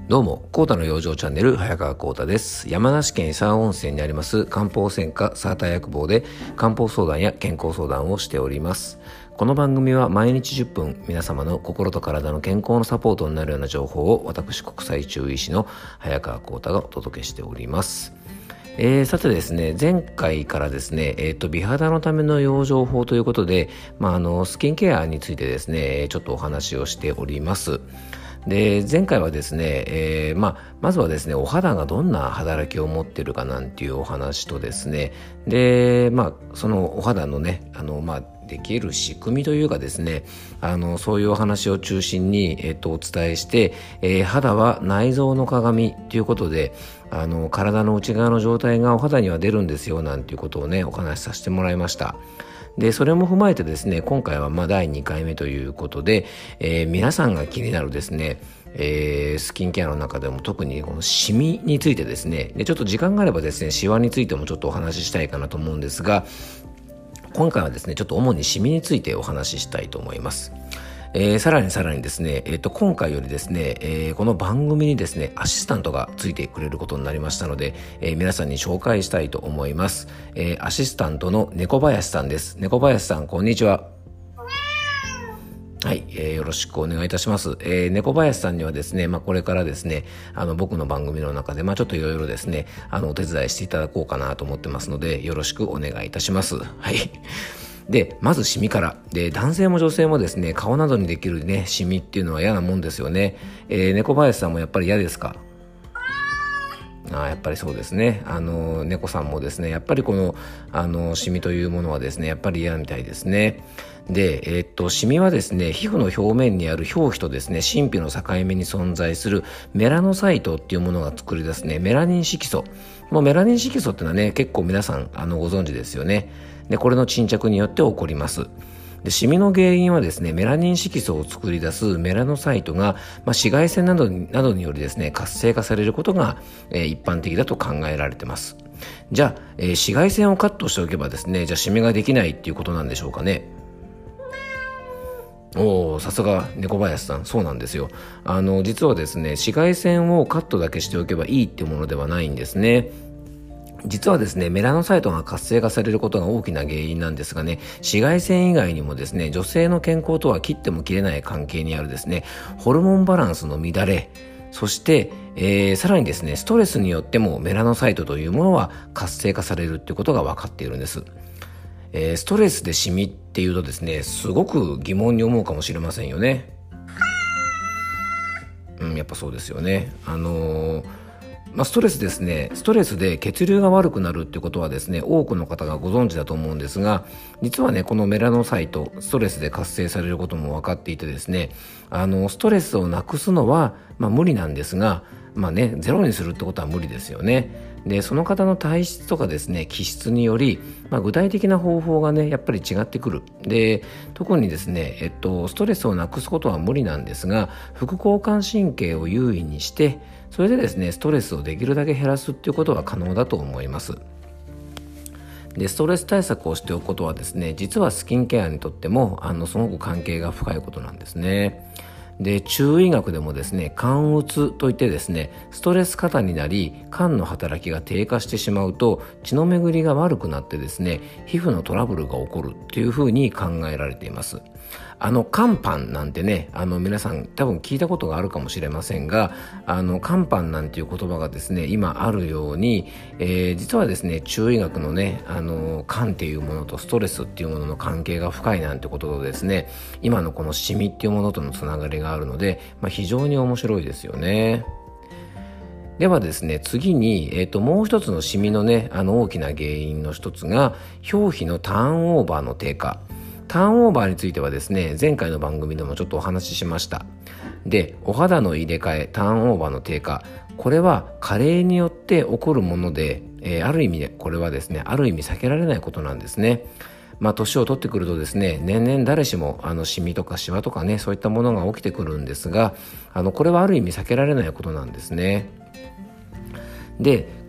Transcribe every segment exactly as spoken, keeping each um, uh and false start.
どうも、コータの養生チャンネル、早川コータです。山梨県伊佐温泉にあります漢方専科サーター薬房で漢方相談や健康相談をしております。この番組は毎日じゅっぷん、皆様の心と体の健康のサポートになるような情報を私、国際中医師の早川コータがお届けしております。えー、さてですね、前回からですね、えーと、美肌のための養生法ということで、まあ、あのスキンケアについてですね、ちょっとお話をしております。で前回はですね、えーまあ、まずはですねお肌がどんな働きを持っているかなんていうお話とですね、で、まあ、そのお肌のねあの、まあ、できる仕組みというかですね、あのそういうお話を中心に、えー、とお伝えして、えー、肌は内臓の鏡ということで、あの体の内側の状態がお肌には出るんですよなんていうことをねお話しさせてもらいました。でそれも踏まえてですね、今回はまあだいにかいめということで、えー、皆さんが気になるですね、えー、スキンケアの中でも特にこのシミについてですね、でちょっと時間があればですねシワについてもちょっとお話ししたいかなと思うんですが、今回はですねちょっと主にシミについてお話ししたいと思います。えー、さらにさらにですね、えー、と今回よりですね、えー、この番組にですねアシスタントがついてくれることになりましたので、えー、皆さんに紹介したいと思います。えー、アシスタントの猫林さんです。猫林さん、こんにちは。はい、えー、よろしくお願いいたします。えー、猫林さんにはですね、まあ、これからですね、あの僕の番組の中で、まあ、ちょっといろいろですね、あのお手伝いしていただこうかなと思ってますので、よろしくお願いいたします。はい。でまずシミからで、男性も女性もですね顔などにできるねシミっていうのは嫌なもんですよね。えー、猫林さんもやっぱり嫌ですか？あやっぱりそうですね。あの猫さんもですねやっぱりこのあのシミというものはですねやっぱり嫌みたいですね。で、えー、っとシミはですね皮膚の表面にある表皮とですね真皮の境目に存在するメラノサイトっていうものが作り出すねメラニン色素。このメラニン色素っていうのはね結構皆さんあのご存知ですよね。でこれの沈着によって起こります。でシミの原因はですねメラニン色素を作り出すメラノサイトが、まあ、紫外線などになどによりですね活性化されることが、えー、一般的だと考えられています。じゃあ、えー、紫外線をカットしておけばですねじゃあシミができないっていうことなんでしょうかね。おー、さすが猫林さん、そうなんですよ。あの実はですね紫外線をカットだけしておけばいいっていうものではないんですね。実はですねメラノサイトが活性化されることが大きな原因なんですがね、紫外線以外にもですね女性の健康とは切っても切れない関係にあるですねホルモンバランスの乱れ、そして、えー、さらにですねストレスによってもメラノサイトというものは活性化されるっていうことが分かっているんです。えー、ストレスでシミっていうとですねすごく疑問に思うかもしれませんよね。うん、やっぱそうですよね。あのーまあ、ストレスですねストレスで血流が悪くなるってことはですね多くの方がご存知だと思うんですが、実はねこのメラノサイトストレスで活性されることも分かっていてですね、あのストレスをなくすのは、まあ、無理なんですが、まあね、ゼロにするってことは無理ですよね。でその方の体質とかですね気質により、まあ、具体的な方法がねやっぱり違ってくる。で特にですね、えっと、ストレスをなくすことは無理なんですが、副交感神経を優位にしてそれでですねストレスをできるだけ減らすっていうことは可能だと思います。でストレス対策をしておくことはですね実はスキンケアにとってもあのすごく関係が深いことなんですね。で中医学でもですね肝うつといってですねストレス過多になり肝の働きが低下してしまうと血の巡りが悪くなってですね皮膚のトラブルが起こるというふうに考えられています。あの肝斑なんてねあの皆さん多分聞いたことがあるかもしれませんが、あの肝斑なんていう言葉がですね今あるように、えー、実はですね中医学のねあの肝っていうものとストレスっていうものの関係が深いなんてこととですね今のこのシミっていうものとのつながりがあるので、まあ、非常に面白いですよね。ではですね次に、えー、ともう一つのシミのねあの大きな原因の一つが表皮のターンオーバーの低下。ターンオーバーについてはですね前回の番組でもちょっとお話ししました。でお肌の入れ替えターンオーバーの低下、これは加齢によって起こるもので、えー、ある意味でこれはですねある意味避けられないことなんですね。まあ年を取ってくるとですね年々誰しもあのシミとかシワとかねそういったものが起きてくるんですが、あのこれはある意味避けられないことなんですね。で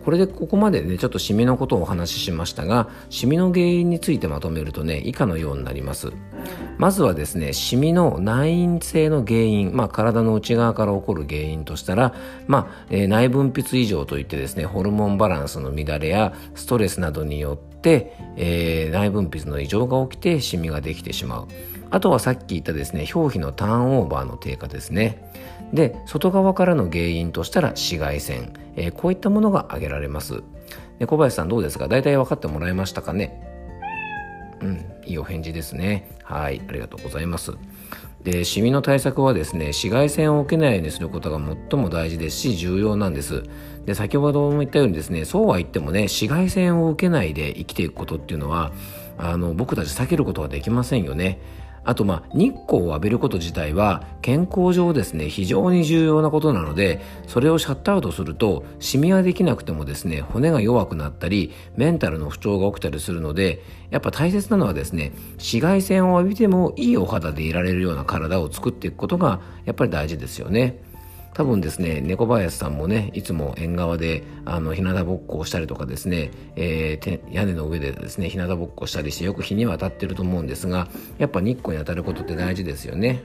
これでここまでねちょっとシミのことをお話ししましたが、シミの原因についてまとめるとね以下のようになります。まずはですね、シミの内因性の原因、まあ、体の内側から起こる原因としたら、まあえー、内分泌異常といってですね、ホルモンバランスの乱れやストレスなどによって、えー、内分泌の異常が起きてシミができてしまう。あとはさっき言ったですね、表皮のターンオーバーの低下ですね。で、外側からの原因としたら紫外線、えー、こういったものが挙げられます。で、小林さんどうですか？大体分かってもらえましたかね？うん、いいお返事ですね。はい、ありがとうございます。で、シミの対策はですね、紫外線を受けないようにすることが最も大事ですし重要なんです。で、先ほども言ったようにですね、そうは言ってもね、紫外線を受けないで生きていくことっていうのはあの僕たち避けることはできませんよね。あと、まあ、日光を浴びること自体は健康上ですね非常に重要なことなので、それをシャットアウトするとシミはできなくてもですね骨が弱くなったりメンタルの不調が起きたりするので、やっぱ大切なのはですね、紫外線を浴びてもいいお肌でいられるような体を作っていくことがやっぱり大事ですよね。多分ですね、猫林さんもねいつも縁側であの日向ぼっこをしたりとかですね、えー、屋根の上でですね日向ぼっこしたりしてよく日には当たってると思うんですが、やっぱ日光に当たることって大事ですよね。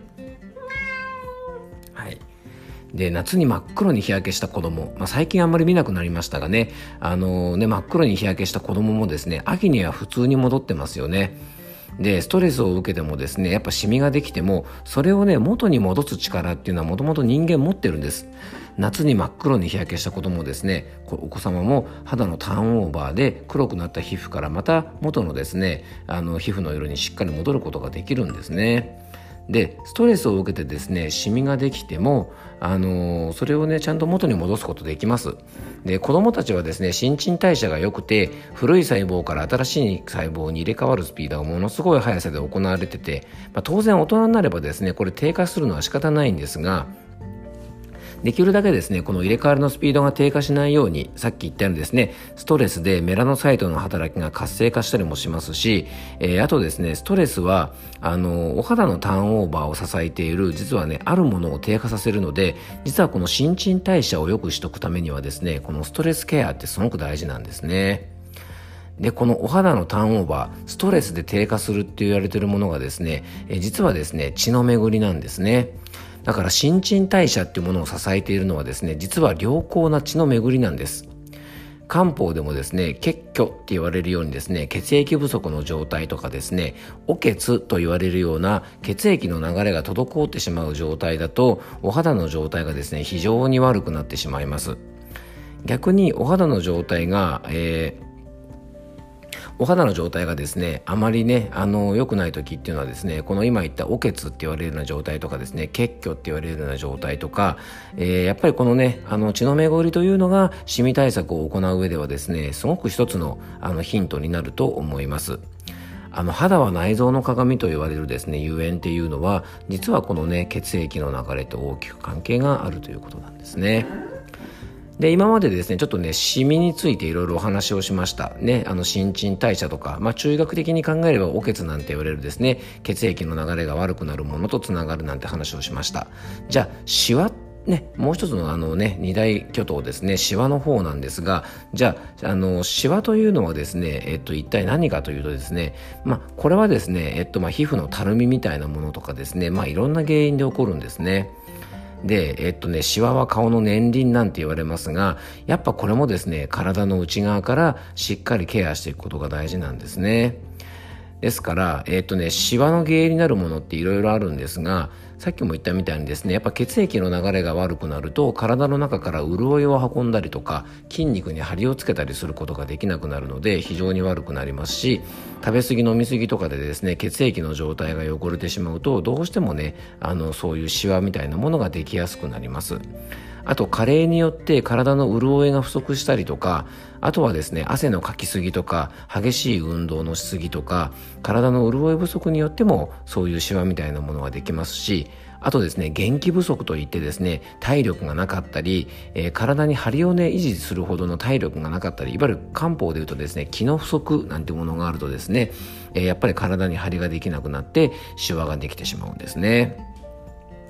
はい。で、夏に真っ黒に日焼けした子供、まあ、最近あんまり見なくなりましたがね、あのね真っ黒に日焼けした子供もですね秋には普通に戻ってますよね。で、ストレスを受けてもですねやっぱシミができてもそれをね元に戻す力っていうのはもともと人間持ってるんです。夏に真っ黒に日焼けした子供もですね、お子様も肌のターンオーバーで黒くなった皮膚からまた元のですねあの皮膚の色にしっかり戻ることができるんですね。で、ストレスを受けてですねシミができても、あのー、それをねちゃんと元に戻すことできます。で、子どもたちはですね新陳代謝が良くて古い細胞から新しい細胞に入れ替わるスピードがものすごい速さで行われてて、まあ、当然大人になればですねこれ低下するのは仕方ないんですが、できるだけですねこの入れ替わりのスピードが低下しないように、さっき言ったようにですねストレスでメラノサイトの働きが活性化したりもしますし、えー、あとですねストレスはあのお肌のターンオーバーを支えている実はねあるものを低下させるので、実はこの新陳代謝を良くしておくためにはですねこのストレスケアってすごく大事なんですね。で、このお肌のターンオーバー、ストレスで低下するって言われているものがですね、え実はですね血の巡りなんですね。だから新陳代謝っていうものを支えているのはですね実は良好な血の巡りなんです。漢方でもですね血虚って言われるようにですね血液不足の状態とかですねお血と言われるような血液の流れが滞ってしまう状態だとお肌の状態がですね非常に悪くなってしまいます。逆にお肌の状態が、えーお肌の状態がですねあまりねあの良くない時っていうのはですねこの今言ったお血って言われるような状態とかですね血虚って言われるような状態とか、えー、やっぱりこのねあの血の巡りというのがシミ対策を行う上ではですねすごく一つのあのヒントになると思います。あの肌は内臓の鏡と言われるですねゆえんっていうのは実はこのね血液の流れと大きく関係があるということなんですね。で、今までですねちょっとねシミについていろいろお話をしましたね。あの新陳代謝とか、まあ、中医学的に考えればお血なんて言われるですね血液の流れが悪くなるものとつながるなんて話をしました。じゃあシワね、もう一つのあのね二大巨頭ですねシワの方なんですが、じゃああのシワというのはですねえっと一体何かというとですね、まあこれはですねえっとまあ皮膚のたるみみたいなものとかですね、まあいろんな原因で起こるんですね。で、えっとね、シワは顔の年輪なんて言われますが、やっぱこれもですね、体の内側からしっかりケアしていくことが大事なんですね。ですから、えっとね、シワの原因になるものっていろいろあるんですが、さっきも言ったみたいにですね、やっぱ血液の流れが悪くなると体の中から潤いを運んだりとか筋肉に張りをつけたりすることができなくなるので非常に悪くなりますし、食べ過ぎ飲み過ぎとかでですね血液の状態が汚れてしまうとどうしてもねあのそういうシワみたいなものができやすくなります。あと加齢によって体の潤いが不足したりとか、あとはですね汗のかきすぎとか激しい運動のしすぎとか体の潤い不足によってもそういうシワみたいなものができますし、あとですね元気不足といってですね体力がなかったり、えー、体に張りをね維持するほどの体力がなかったり、いわゆる漢方でいうとですね気の不足なんてものがあるとですね、えー、やっぱり体に張りができなくなってシワができてしまうんですね。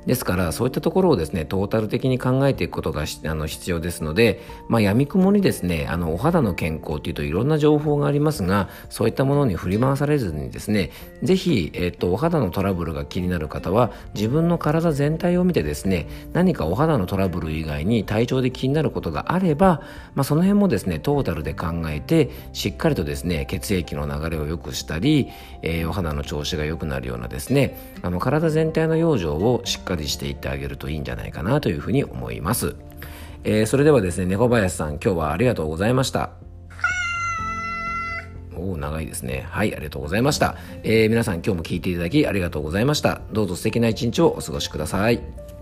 ですからそういったところをですねトータル的に考えていくことがあの必要ですので、まあ、闇雲にですねあのお肌の健康というといろんな情報がありますが、そういったものに振り回されずにですね、ぜひ、えっと、お肌のトラブルが気になる方は自分の体全体を見てですね、何かお肌のトラブル以外に体調で気になることがあれば、まあ、その辺もですねトータルで考えてしっかりとですね血液の流れを良くしたり、えー、お肌の調子が良くなるようなですねあの体全体の養生をしっかりしていってあげるといいんじゃないかなというふうに思います。えー、それではですね、猫林さん、今日はありがとうございました。おー、長いですね。はい、ありがとうございました。えー、皆さん今日も聞いていただきありがとうございました。どうぞ素敵な一日をお過ごしください。